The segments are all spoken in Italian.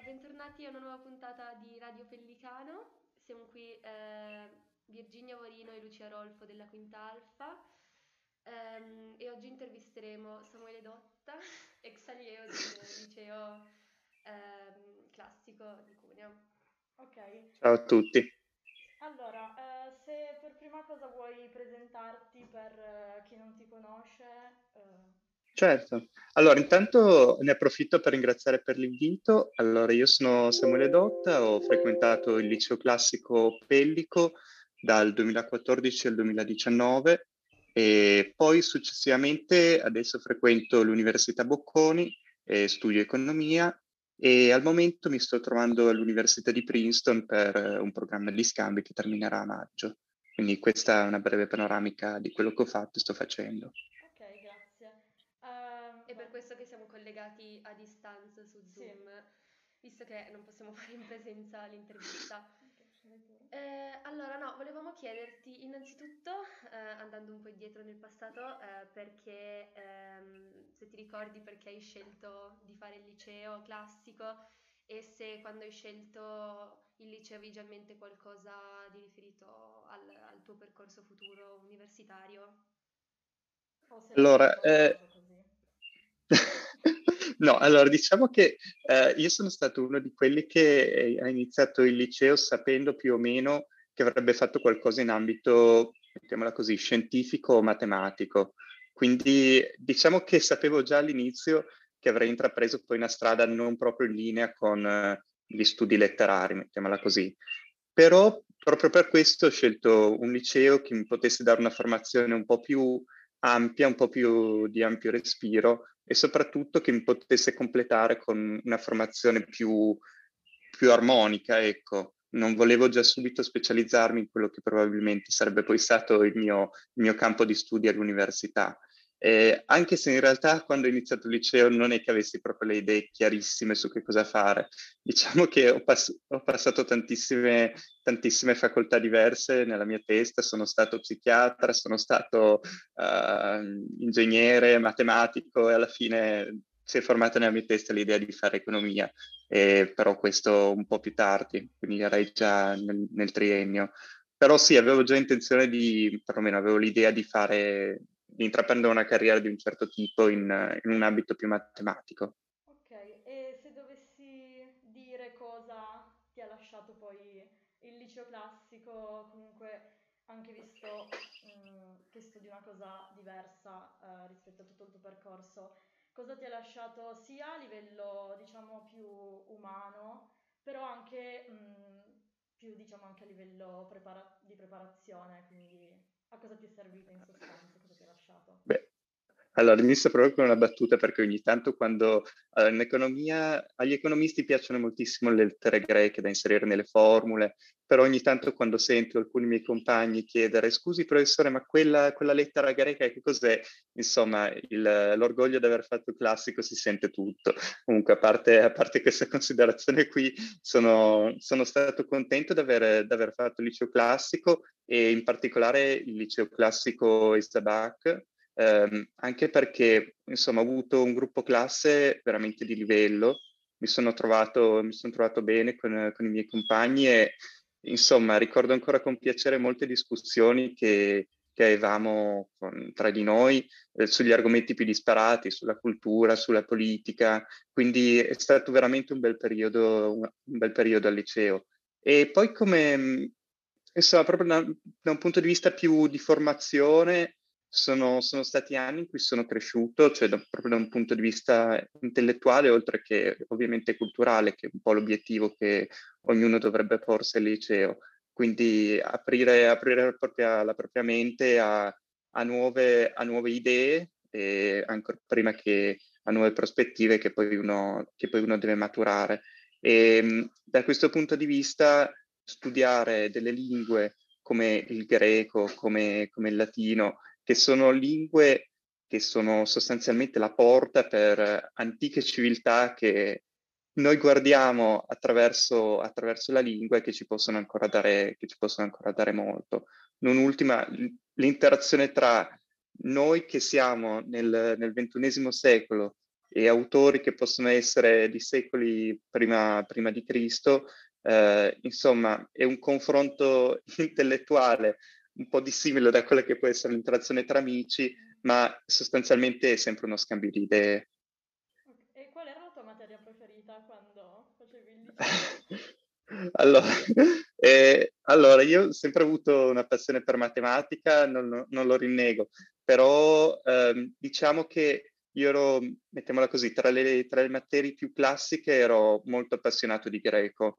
Bentornati a una nuova puntata di Radio Pellicano. Siamo qui Virginia Morino e Lucia Rolfo della Quinta Alfa e oggi intervisteremo Samuele Dotta, ex allievo del liceo classico di Cuneo. Ok, Ciao a tutti. allora, se per prima cosa vuoi presentarti per chi non ti conosce, Certo. Allora, intanto ne approfitto per ringraziare per l'invito. Allora, io sono Samuele Dotta, ho frequentato il liceo classico Pellico dal 2014 al 2019 e poi successivamente adesso frequento l'Università Bocconi e studio economia e al momento mi sto trovando all'Università di Princeton per un programma di scambi che terminerà a maggio. Quindi questa è una breve panoramica di quello che ho fatto e sto facendo. ok, grazie. È per questo che siamo collegati a distanza su Sì, Zoom, visto che non possiamo fare in presenza l'intervista. ok, vai pure. Allora, no, volevamo chiederti innanzitutto, andando un po' indietro nel passato, perché, se ti ricordi perché hai scelto di fare il liceo classico e se quando hai scelto il liceo avevi già in mente qualcosa di riferito al tuo percorso futuro universitario. O se l'hai Allora, scelto a caso così. no, allora diciamo che io sono stato uno di quelli che ha iniziato il liceo sapendo più o meno che avrebbe fatto qualcosa in ambito, mettiamola così, scientifico o matematico. Quindi diciamo che sapevo già all'inizio che avrei intrapreso poi una strada non proprio in linea con gli studi letterari, mettiamola così. Però proprio per questo ho scelto un liceo che mi potesse dare una formazione un po' più ampia, un po' più di ampio respiro e soprattutto che mi potesse completare con una formazione più armonica, ecco. Non volevo già subito specializzarmi in quello che probabilmente sarebbe poi stato il mio campo di studi all'università. Anche se in realtà quando ho iniziato il liceo non è che avessi proprio le idee chiarissime su che cosa fare. Diciamo che ho passato tantissime facoltà diverse nella mia testa, sono stato psichiatra, sono stato ingegnere, matematico e alla fine si è formata nella mia testa l'idea di fare economia, però questo un po' più tardi, quindi erei già nel triennio. Però sì, avevo già intenzione perlomeno avevo l'idea di intraprendere una carriera di un certo tipo in un ambito più matematico. Ok, e se dovessi dire cosa ti ha lasciato poi il liceo classico, comunque anche visto che studi una cosa diversa rispetto a tutto il tuo percorso, cosa ti ha lasciato sia a livello, diciamo, più umano, però anche più, diciamo, anche a livello di preparazione, quindi a cosa ti è servito in sostanza, cosa ti ha lasciato? Beh, allora inizio proprio con una battuta perché ogni tanto in economia agli economisti piacciono moltissimo le lettere greche da inserire nelle formule, però ogni tanto quando sento alcuni miei compagni chiedere scusi professore, ma quella lettera greca che cos'è? Insomma, l'orgoglio di aver fatto il classico si sente tutto. Comunque, a parte questa considerazione qui, sono stato contento di aver fatto il liceo classico e in particolare il liceo classico Isabak, anche perché insomma ho avuto un gruppo classe veramente di livello, mi sono trovato bene con i miei compagni e insomma ricordo ancora con piacere molte discussioni che avevamo tra di noi sugli argomenti più disparati, sulla cultura, sulla politica, quindi è stato veramente un bel periodo al liceo. E poi insomma, proprio da un punto di vista più di formazione, sono stati anni in cui sono cresciuto, cioè proprio da un punto di vista intellettuale, oltre che ovviamente culturale, che è un po' l'obiettivo che ognuno dovrebbe porsi al liceo. Quindi aprire la propria mente a nuove idee e ancora prima che a nuove prospettive che poi uno deve maturare. Da questo punto di vista, studiare delle lingue come il greco, come il latino, che sono lingue che sono sostanzialmente la porta per antiche civiltà che noi guardiamo attraverso la lingua e che ci possono ancora dare molto. Non ultima, l'interazione tra noi che siamo nel XXI secolo e autori che possono essere di secoli prima di Cristo, insomma, è un confronto intellettuale un po' dissimile da quella che può essere l'interazione tra amici, ma sostanzialmente è sempre uno scambio di idee. E qual era la tua materia preferita quando facevi il liceo? Allora, allora, io ho sempre avuto una passione per matematica, non lo rinnego, però diciamo che io ero, mettiamola così, tra le materie più classiche ero molto appassionato di greco.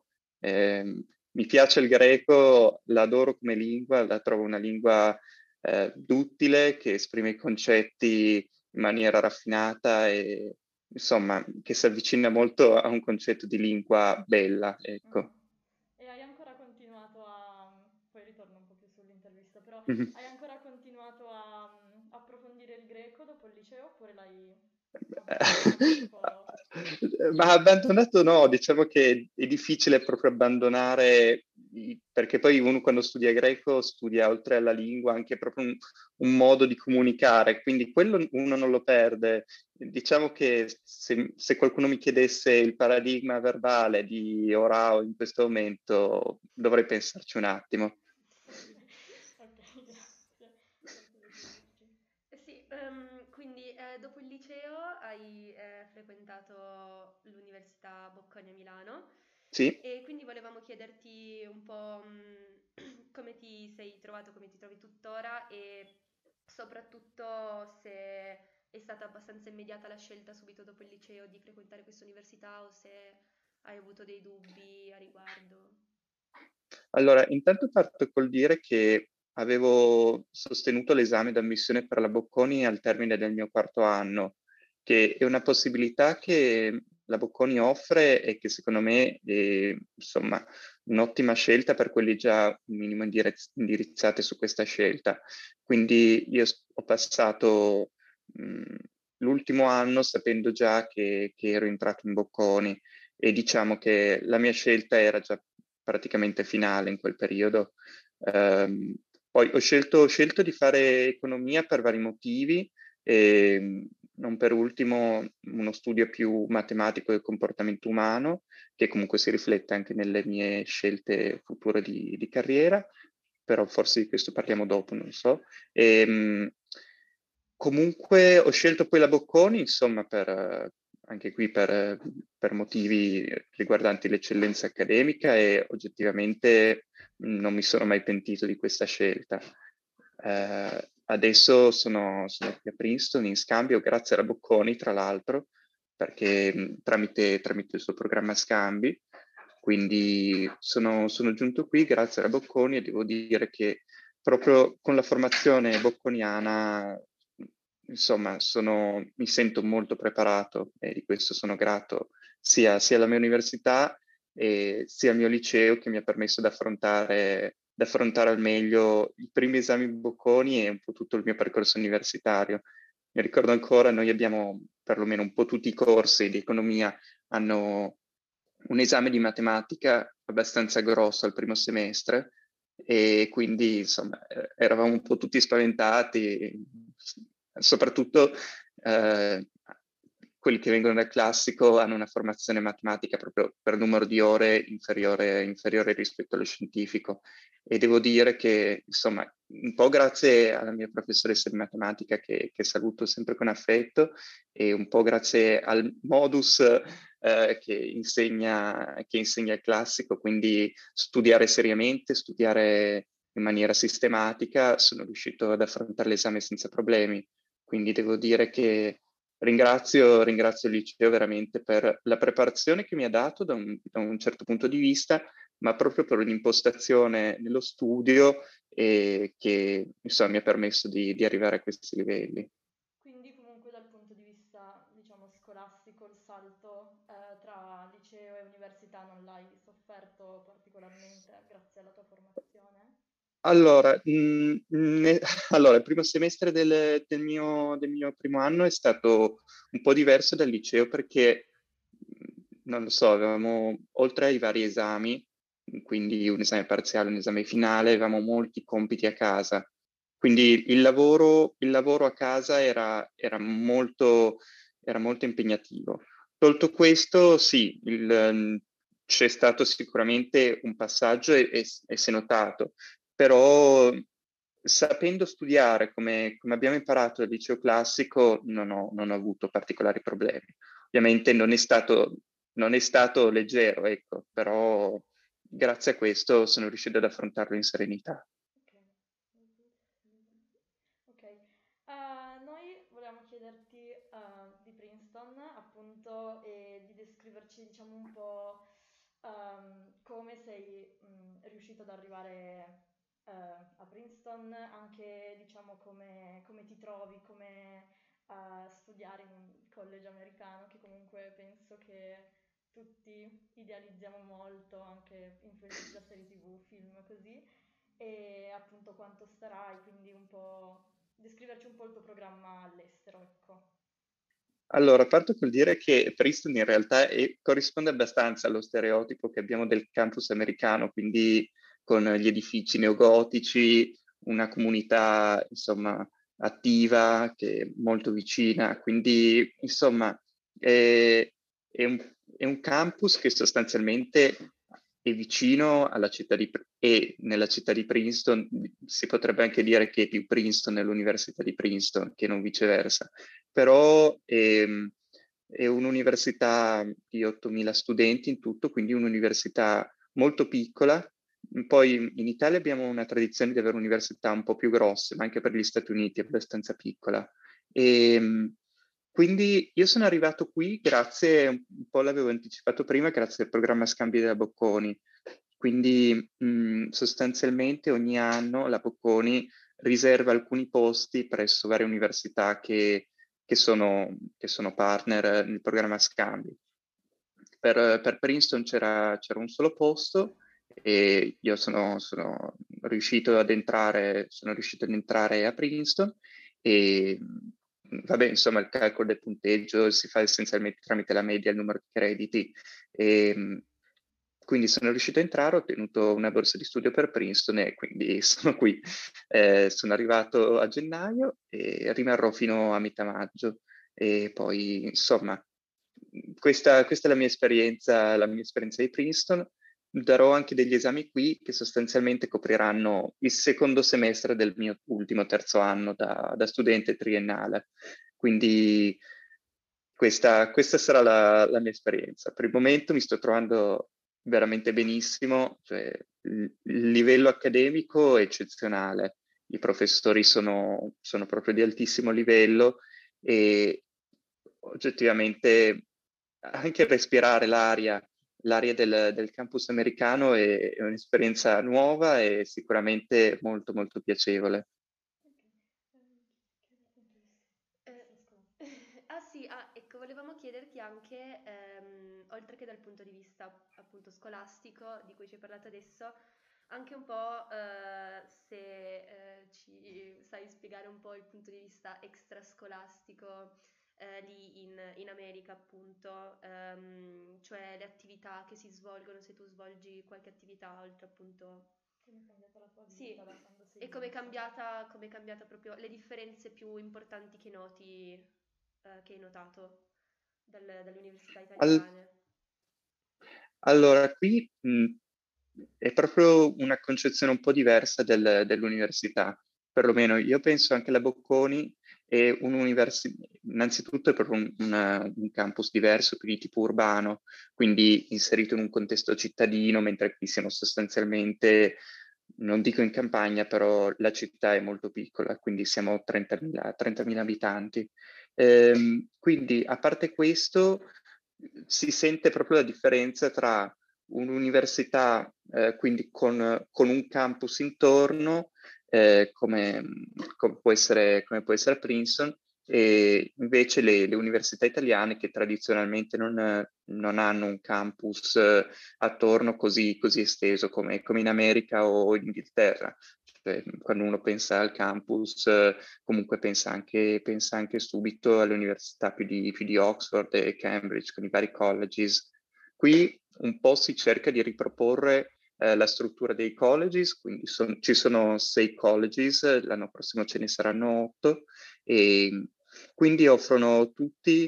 Mi piace il greco, l'adoro come lingua, la trovo una lingua duttile, che esprime i concetti in maniera raffinata e insomma che si avvicina molto a un concetto di lingua bella, Mhm. ecco. E hai ancora continuato poi ritorno un po' più sull'intervista, però Mhm. hai ancora continuato a approfondire il greco dopo il liceo oppure l'hai abbandonato al volo? Ma abbandonato no, diciamo che è difficile proprio abbandonare, perché poi uno quando studia greco studia oltre alla lingua anche proprio un modo di comunicare, quindi quello uno non lo perde. Diciamo che se qualcuno mi chiedesse il paradigma verbale di Orao in questo momento, dovrei pensarci un attimo. Ok, grazie. Grazie per chiarirci. Sì, quindi dopo il liceo hai frequentato l'Università Bocconi a Milano Sì? e quindi volevamo chiederti un po' come ti sei trovato, come ti trovi tuttora e soprattutto se è stata abbastanza immediata la scelta subito dopo il liceo di frequentare questa università o se hai avuto dei dubbi a riguardo. Allora, intanto parto col dire che avevo sostenuto l'esame d'ammissione per la Bocconi al termine del mio quarto anno, che è una possibilità che la Bocconi offre e che secondo me è, insomma, un'ottima scelta per quelli già un minimo indirizzati su questa scelta. Quindi io ho passato l'ultimo anno sapendo già che ero entrato in Bocconi e diciamo che la mia scelta era già praticamente finale in quel periodo. Poi ho scelto di fare economia per vari motivi, e non per ultimo uno studio più matematico del comportamento umano, che comunque si riflette anche nelle mie scelte future di carriera, però forse di questo parliamo dopo, non so. Comunque ho scelto poi la Bocconi, insomma, anche qui per motivi riguardanti l'eccellenza accademica e oggettivamente non mi sono mai pentito di questa scelta. Adesso sono qui a Princeton in scambio grazie alla Bocconi, tra l'altro, perché tramite il suo programma scambi, quindi sono giunto qui grazie alla Bocconi e devo dire che proprio con la formazione bocconiana, insomma, mi sento molto preparato e di questo sono grato sia alla mia università e sia al mio liceo che mi ha permesso di affrontare al meglio i primi esami Bocconi e un po' tutto il mio percorso universitario. Mi ricordo ancora, noi abbiamo perlomeno un po' tutti i corsi di economia hanno un esame di matematica abbastanza grosso al primo semestre e quindi insomma eravamo un po' tutti spaventati, soprattutto eh, quelli che vengono dal classico hanno una formazione matematica proprio per numero di ore inferiore rispetto allo scientifico e devo dire che insomma un po' grazie alla mia professoressa di matematica che saluto sempre con affetto e un po' grazie al modus che insegna il classico, quindi studiare seriamente, studiare in maniera sistematica, sono riuscito ad affrontare l'esame senza problemi. Quindi devo dire che ringrazio il liceo veramente per la preparazione che mi ha dato da un certo punto di vista, ma proprio per un'impostazione nello studio che insomma, mi ha permesso di arrivare a questi livelli. Quindi comunque dal punto di vista, diciamo, scolastico, il salto tra liceo e università non l'hai sofferto particolarmente grazie alla tua formazione? Allora, allora, il primo semestre del mio primo anno è stato un po' diverso dal liceo perché, non lo so, avevamo, oltre ai vari esami, quindi un esame parziale, un esame finale, avevamo molti compiti a casa. Quindi il lavoro a casa era molto era molto impegnativo. Tolto questo, sì, c'è stato sicuramente un passaggio e si è notato, però sapendo studiare come abbiamo imparato al liceo classico non ho avuto particolari problemi. Ovviamente non è stato leggero, ecco, però grazie a questo sono riuscito ad affrontarlo in serenità. Ok. Noi volevamo chiederti di Princeton, appunto, e di descriverci, diciamo, un po' come sei riuscito ad arrivare a Princeton, anche, diciamo, come ti trovi, come studiare in un college americano, che comunque penso che tutti idealizziamo molto, anche influenzati da serie TV, film, così, e appunto quanto starai, quindi un po' descriverci un po' il tuo programma all'estero, ecco. Allora, parto col dire che Princeton in realtà corrisponde abbastanza allo stereotipo che abbiamo del campus americano, quindi con gli edifici neogotici, una comunità, insomma, attiva, che è molto vicina, quindi, insomma, è un campus che sostanzialmente è vicino alla città e nella città di Princeton, si potrebbe anche dire che è più Princeton nell'Università di Princeton che non viceversa, però è un'università di 8.000 studenti in tutto, quindi un'università molto piccola. Poi in Italia abbiamo una tradizione di avere università un po' più grosse, ma anche per gli Stati Uniti è abbastanza piccola. E, quindi io sono arrivato qui grazie, un po' l'avevo anticipato prima, grazie al programma Scambi della Bocconi. Quindi sostanzialmente ogni anno la Bocconi riserva alcuni posti presso varie università che sono partner nel programma Scambi. Per Princeton c'era un solo posto e io sono riuscito ad entrare a Princeton e vabbè, insomma, il calcolo del punteggio si fa essenzialmente tramite la media, il numero di crediti. E, quindi sono riuscito a entrare, ho ottenuto una borsa di studio per Princeton e quindi sono qui. Sono arrivato a gennaio e rimarrò fino a metà maggio. E poi, insomma, questa è la mia esperienza di Princeton. Darò anche degli esami qui che sostanzialmente copriranno il secondo semestre del mio ultimo terzo anno da studente triennale. Quindi questa sarà la mia esperienza. Per il momento mi sto trovando veramente benissimo, cioè, il livello accademico è eccezionale, i professori sono proprio di altissimo livello e oggettivamente anche respirare l'aria del campus americano è un'esperienza nuova e sicuramente molto molto piacevole. Ah sì, ecco, volevamo chiederti anche, oltre che dal punto di vista appunto scolastico, di cui ci hai parlato adesso, anche un po' se ci sai spiegare un po' il punto di vista extrascolastico lì in America, appunto, cioè le attività che si svolgono, se tu svolgi qualche attività oltre appunto. Come è cambiata la tua Sì, vita da quando sei e lì, insomma? come è cambiata proprio le differenze più importanti che noti, che hai notato dalle università Al- italiane? allora, qui è proprio una concezione un po' diversa dell'università, perlomeno io penso anche la Bocconi è un'università, innanzitutto è proprio un campus diverso, più di tipo urbano, quindi inserito in un contesto cittadino, mentre qui siamo sostanzialmente, non dico in campagna, però la città è molto piccola, quindi siamo 30.000 abitanti. Quindi, a parte questo, si sente proprio la differenza tra un'università, quindi con un campus intorno, come può essere Princeton, e invece le università italiane che tradizionalmente non hanno un campus attorno così esteso come in America o in Inghilterra. Cioè, quando uno pensa al campus, comunque pensa anche subito alle università più di Oxford e Cambridge, con i vari colleges. Qui un po' si cerca di riproporre la struttura dei colleges, quindi ci sono 6 colleges, l'anno prossimo ce ne saranno 8, e quindi offrono tutti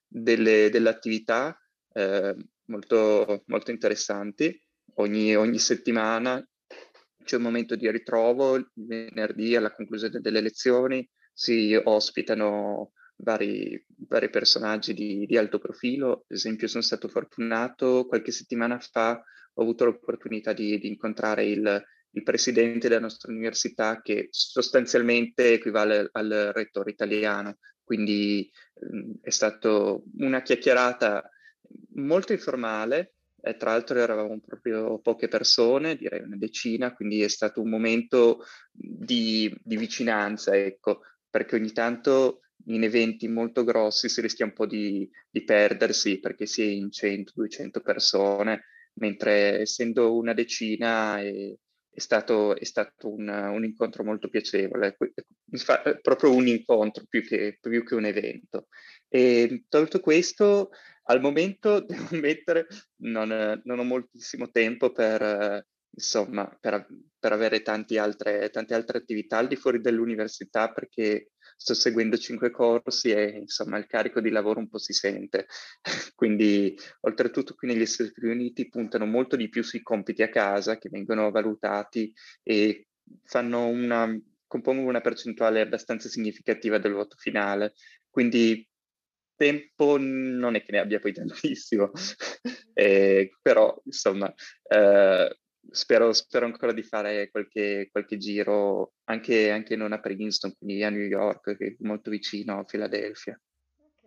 delle attività molto, molto interessanti. Ogni settimana c'è un momento di ritrovo, il venerdì alla conclusione delle lezioni si ospitano vari personaggi di alto profilo. Ad esempio, sono stato fortunato qualche settimana fa, ho avuto l'opportunità di incontrare il presidente della nostra università, che sostanzialmente equivale al rettore italiano. Quindi è stata una chiacchierata molto informale. Tra l'altro eravamo proprio poche persone, direi una decina, quindi è stato un momento di vicinanza, ecco, perché ogni tanto in eventi molto grossi si rischia un po' di perdersi perché si è in 100-200 persone, mentre essendo una decina è stato un incontro molto piacevole, proprio un incontro più che un evento. E tolto questo, al momento devo ammettere, non ho moltissimo tempo insomma, per avere tante altre attività al di fuori dell'università, perché sto seguendo 5 corsi e insomma il carico di lavoro un po' si sente. Quindi, oltretutto, qui negli Stati Uniti puntano molto di più sui compiti a casa che vengono valutati e compongono una percentuale abbastanza significativa del voto finale. Quindi tempo non è che ne abbia poi tantissimo, però insomma spero ancora di fare qualche giro anche non a Princeton, quindi a New York, che è molto vicino a Philadelphia. Ok.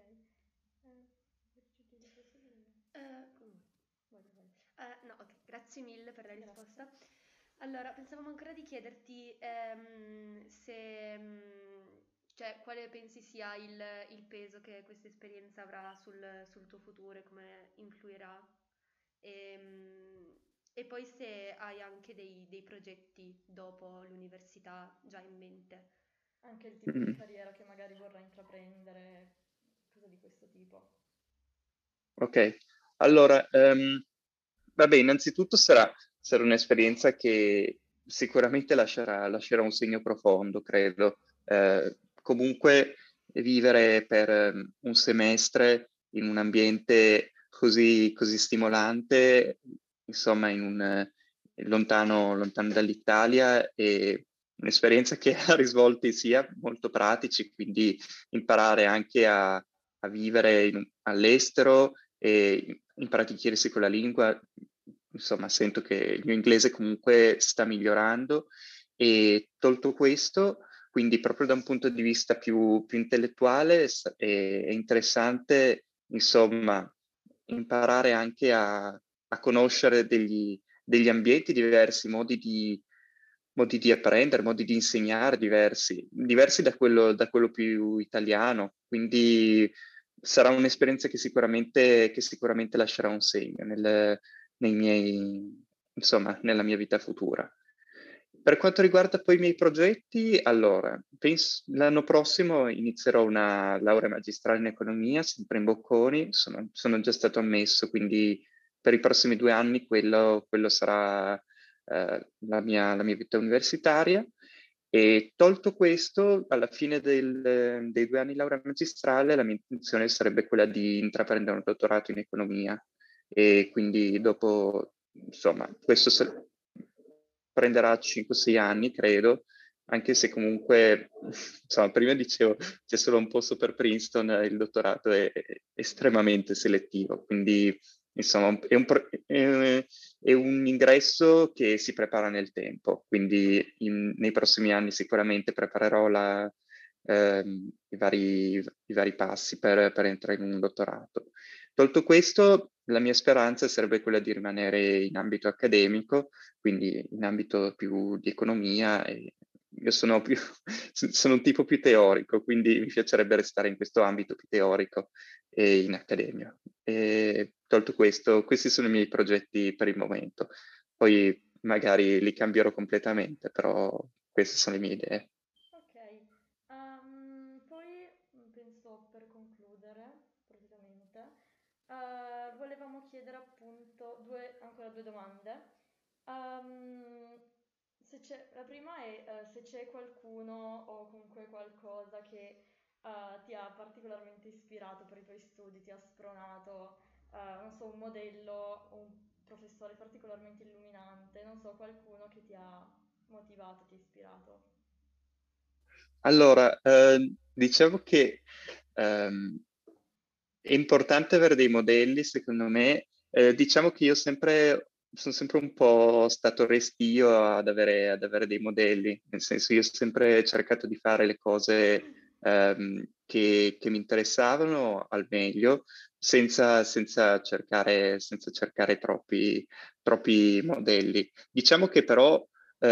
Ti posso dire? Vai, vai. No, ok, grazie mille per la Grazie. risposta. Allora, pensavamo ancora di chiederti se, cioè, quale pensi sia il peso che questa esperienza avrà sul tuo futuro e come influirà. E poi se hai anche dei progetti dopo l'università già in mente. Anche il tipo di Mm. carriera che magari vorrà intraprendere, cosa di questo tipo. Ok, allora, vabbè, innanzitutto sarà un'esperienza che sicuramente lascerà un segno profondo, credo. Comunque, vivere per un semestre in un ambiente così stimolante, insomma, lontano dall'Italia, è un'esperienza che ha risvolti sia molto pratici, quindi imparare anche a vivere all'estero e impratichissi con la lingua. Insomma, sento che il mio inglese comunque sta migliorando e tolto questo, quindi proprio da un punto di vista più intellettuale è interessante, insomma, imparare anche a conoscere degli ambienti diversi, modi di apprendere, modi di insegnare diversi da quello più italiano. Quindi sarà un'esperienza che sicuramente lascerà un segno insomma, nella mia vita futura. Per quanto riguarda poi i miei progetti, allora, penso l'anno prossimo inizierò una laurea magistrale in economia, sempre in Bocconi, sono già stato ammesso, quindi per i prossimi 2 anni quello sarà la mia vita universitaria. E tolto questo, alla fine dei 2 anni di laurea magistrale, la mia intenzione sarebbe quella di intraprendere un dottorato in economia e quindi dopo, insomma, prenderà 5-6 anni, credo, anche se comunque, insomma, prima dicevo, c'è solo un posto per Princeton, il dottorato è estremamente selettivo, quindi insomma è un ingresso che si prepara nel tempo, quindi nei prossimi anni sicuramente preparerò i vari passi per entrare in un dottorato. Tolto questo, la mia speranza sarebbe quella di rimanere in ambito accademico, quindi in ambito più di economia. E io sono un tipo più teorico, quindi mi piacerebbe restare in questo ambito più teorico e in accademia. E tolto questo, questi sono i miei progetti per il momento. Poi magari li cambierò completamente, però queste sono le mie idee. Ok, poi penso per concludere praticamente, volevamo chiedere appunto ancora due domande. La prima è se c'è qualcuno o comunque qualcosa che ti ha particolarmente ispirato per i tuoi studi, ti ha spronato, non so, un modello o un professore particolarmente illuminante, non so, qualcuno che ti ha motivato, ti ha ispirato. Allora, diciamo che ehm, è importante avere dei modelli, secondo me. Diciamo che sono sempre un po' stato restio ad avere dei modelli, nel senso io ho sempre cercato di fare le cose che mi interessavano al meglio, senza cercare troppi modelli. Diciamo che però,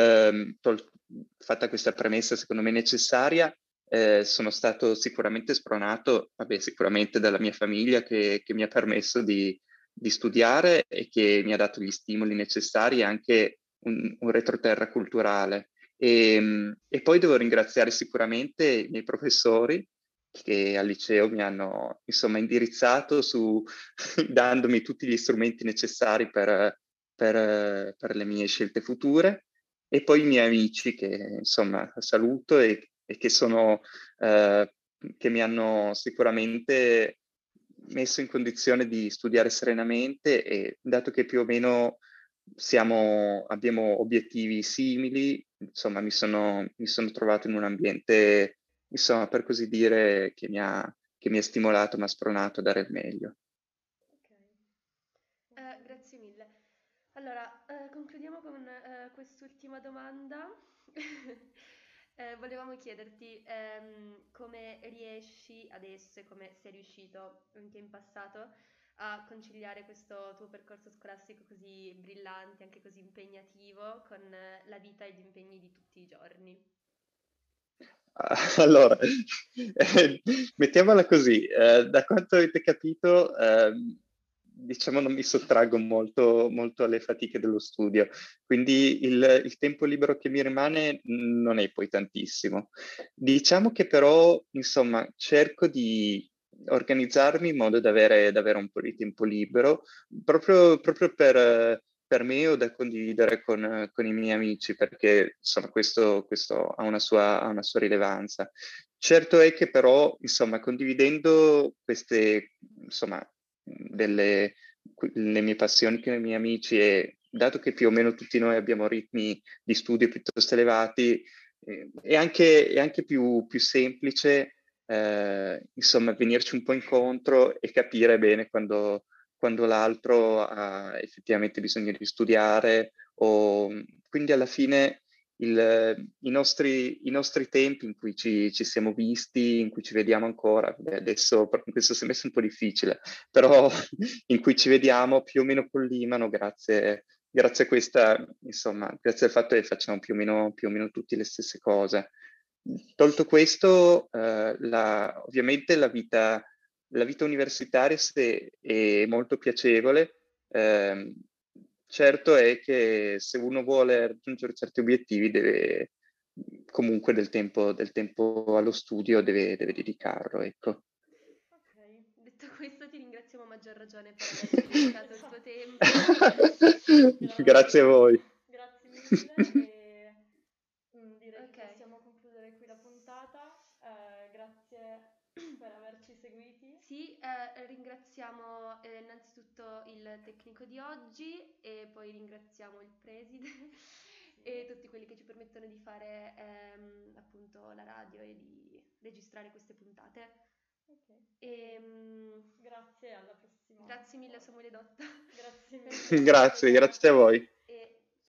fatta questa premessa secondo me necessaria, sono stato sicuramente spronato, vabbè, sicuramente dalla mia famiglia che mi ha permesso di studiare e che mi ha dato gli stimoli necessari e anche un retroterra culturale. E poi devo ringraziare sicuramente i miei professori che al liceo mi hanno, insomma, indirizzato dandomi tutti gli strumenti necessari per le mie scelte future. E poi i miei amici che, insomma, saluto e eh, che mi hanno sicuramente messo in condizione di studiare serenamente e dato che più o meno abbiamo obiettivi simili, insomma, mi sono trovato in un ambiente, insomma, per così dire, che mi ha stimolato, mi ha spronato a dare il meglio. Ok. Grazie mille. Allora, concludiamo con quest'ultima domanda. Volevamo chiederti come riesci adesso e come sei riuscito anche in passato a conciliare questo tuo percorso scolastico così brillante, anche così impegnativo, con la vita e gli impegni di tutti i giorni. Allora, mettiamola così, da quanto avete capito, diciamo non mi sottraggo molto, molto alle fatiche dello studio, quindi il tempo libero che mi rimane non è poi tantissimo. Diciamo che però, insomma, cerco di organizzarmi in modo da avere un po' di tempo libero, proprio per me o da condividere con i miei amici, perché insomma questo ha una sua rilevanza. Certo è che però, insomma, condividendo queste, insomma, le mie passioni con i miei amici e dato che più o meno tutti noi abbiamo ritmi di studio piuttosto elevati, è anche più semplice, insomma, venirci un po' incontro e capire bene quando l'altro ha effettivamente bisogno di studiare. Quindi alla fine i nostri tempi in cui ci siamo visti, in cui ci vediamo ancora, beh, adesso proprio in questo semestre è un po' difficile, però in cui ci vediamo più o meno collimano grazie a questa, insomma, grazie al fatto che facciamo più o meno tutti le stesse cose. Tolto questo, ovviamente la vita universitaria è molto piacevole. ehm, certo è che se uno vuole raggiungere certi obiettivi deve comunque del tempo allo studio deve dedicarlo, ecco. Ok. Detto questo, ti ringraziamo a maggior ragione per averci dedicato il tuo tempo. Grazie a Grazie, voi. grazie mille e direi che Ok. possiamo concludere qui la puntata. Grazie per averci seguiti. Sì, ringraziamo innanzitutto il tecnico di oggi e poi ringraziamo il preside Sì, e tutti quelli che ci permettono di fare appunto la radio e di registrare queste puntate. ok. Ehm, Grazie, alla prossima Grazie mille a volta. Samuele Dotta. Grazie per mille, tutto. Grazie a voi.